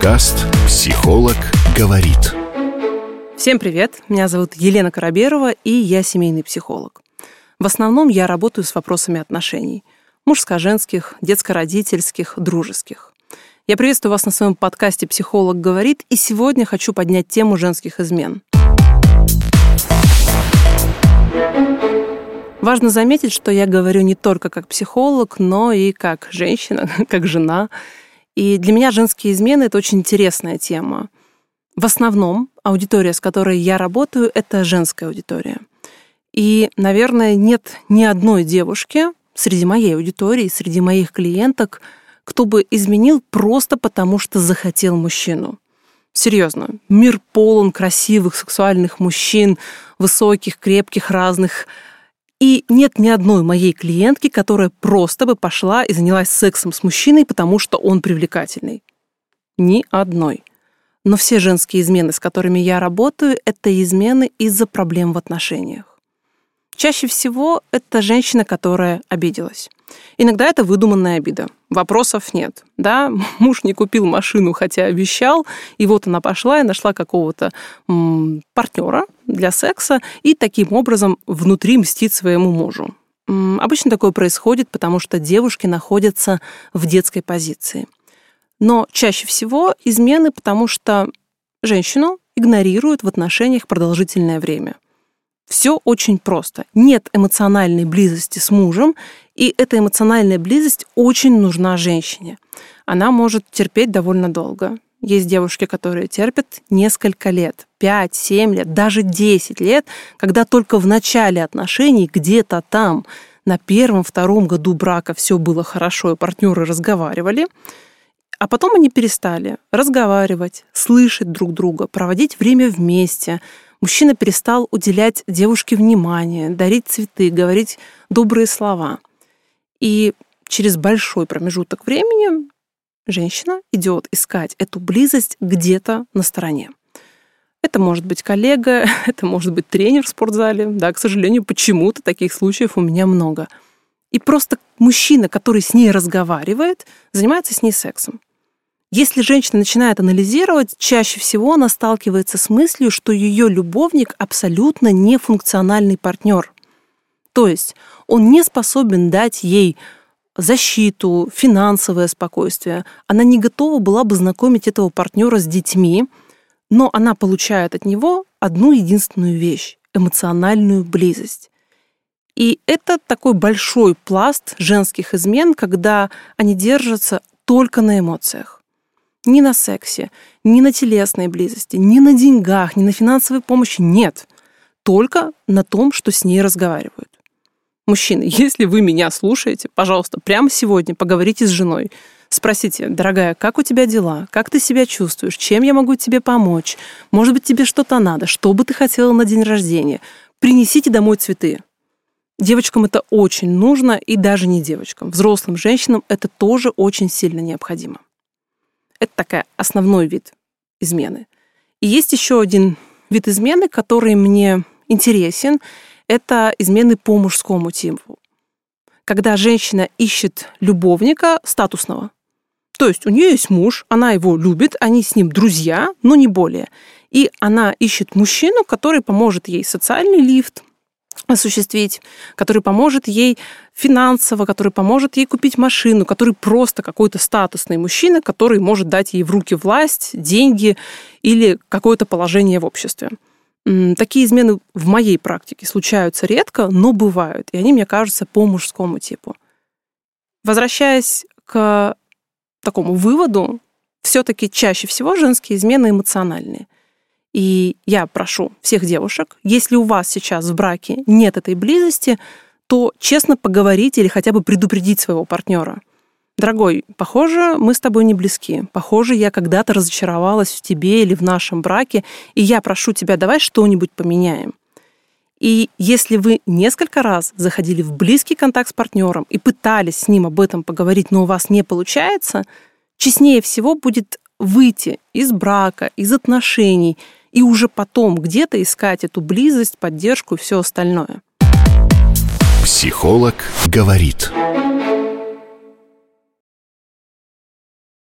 Подкаст «Психолог говорит». Всем привет, меня зовут Елена Короберова, и я семейный психолог. В основном я работаю с вопросами отношений – мужско-женских, детско-родительских, дружеских. Я приветствую вас на своем подкасте «Психолог говорит», и сегодня хочу поднять тему женских измен. Важно заметить, что я говорю не только как психолог, но и как женщина, как жена. И для меня женские измены – это очень интересная тема. В основном аудитория, с которой я работаю, это женская аудитория. И, наверное, нет ни одной девушки среди моей аудитории, среди моих клиенток, кто бы изменил просто потому, что захотел мужчину. Серьезно, мир полон красивых, сексуальных мужчин, высоких, крепких, разных. И нет ни одной моей клиентки, которая просто бы пошла и занялась сексом с мужчиной, потому что он привлекательный. Ни одной. Но все женские измены, с которыми я работаю, это измены из-за проблем в отношениях. Чаще всего это женщина, которая обиделась. Иногда это выдуманная обида. Вопросов нет. Да, муж не купил машину, хотя обещал, и вот она пошла и нашла какого-то партнера для секса и таким образом внутри мстит своему мужу. Обычно такое происходит, потому что девушки находятся в детской позиции. Но чаще всего измены, потому что женщину игнорируют в отношениях продолжительное время. Все очень просто. Нет эмоциональной близости с мужем, и эта эмоциональная близость очень нужна женщине. Она может терпеть довольно долго. Есть девушки, которые терпят несколько лет, 5, 7 лет, даже 10 лет, когда только в начале отношений, где-то там, на 1-2 году брака все было хорошо, и партнеры разговаривали, а потом они перестали разговаривать, слышать друг друга, проводить время вместе. Мужчина перестал уделять девушке внимание, дарить цветы, говорить добрые слова. И через большой промежуток времени женщина идет искать эту близость где-то на стороне. Это может быть коллега, это может быть тренер в спортзале. Да, к сожалению, почему-то таких случаев у меня много. И просто мужчина, который с ней разговаривает, занимается с ней сексом. Если женщина начинает анализировать, чаще всего она сталкивается с мыслью, что ее любовник абсолютно нефункциональный партнер. То есть он не способен дать ей защиту, финансовое спокойствие. Она не готова была бы знакомить этого партнера с детьми, но она получает от него одну единственную вещь – эмоциональную близость. И это такой большой пласт женских измен, когда они держатся только на эмоциях. Ни на сексе, ни на телесной близости, ни на деньгах, ни на финансовой помощи нет. Только на том, что с ней разговаривают. Мужчины, если вы меня слушаете, пожалуйста, прямо сегодня поговорите с женой. Спросите: дорогая, как у тебя дела? Как ты себя чувствуешь? Чем я могу тебе помочь? Может быть, тебе что-то надо? Что бы ты хотела на день рождения? Принесите домой цветы. Девочкам это очень нужно, и даже не девочкам. Взрослым женщинам это тоже очень сильно необходимо. Это такой основной вид измены. И есть еще один вид измены, который мне интересен. Это измены по мужскому типу. Когда женщина ищет любовника статусного. То есть у нее есть муж, она его любит, они с ним друзья, но не более. И она ищет мужчину, который поможет ей социальный лифт осуществить, который поможет ей финансово, который поможет ей купить машину, который просто какой-то статусный мужчина, который может дать ей в руки власть, деньги или какое-то положение в обществе. Такие измены в моей практике случаются редко, но бывают, и они, мне кажется, по мужскому типу. Возвращаясь к такому выводу, все-таки чаще всего женские измены эмоциональные. И я прошу всех девушек, если у вас сейчас в браке нет этой близости, то честно поговорить или хотя бы предупредить своего партнера. Дорогой, похоже, мы с тобой не близки. Похоже, я когда-то разочаровалась в тебе или в нашем браке, и я прошу тебя, давай что-нибудь поменяем. И если вы несколько раз заходили в близкий контакт с партнером и пытались с ним об этом поговорить, но у вас не получается, честнее всего будет выйти из брака, из отношений и уже потом где-то искать эту близость, поддержку и все остальное. Психолог говорит.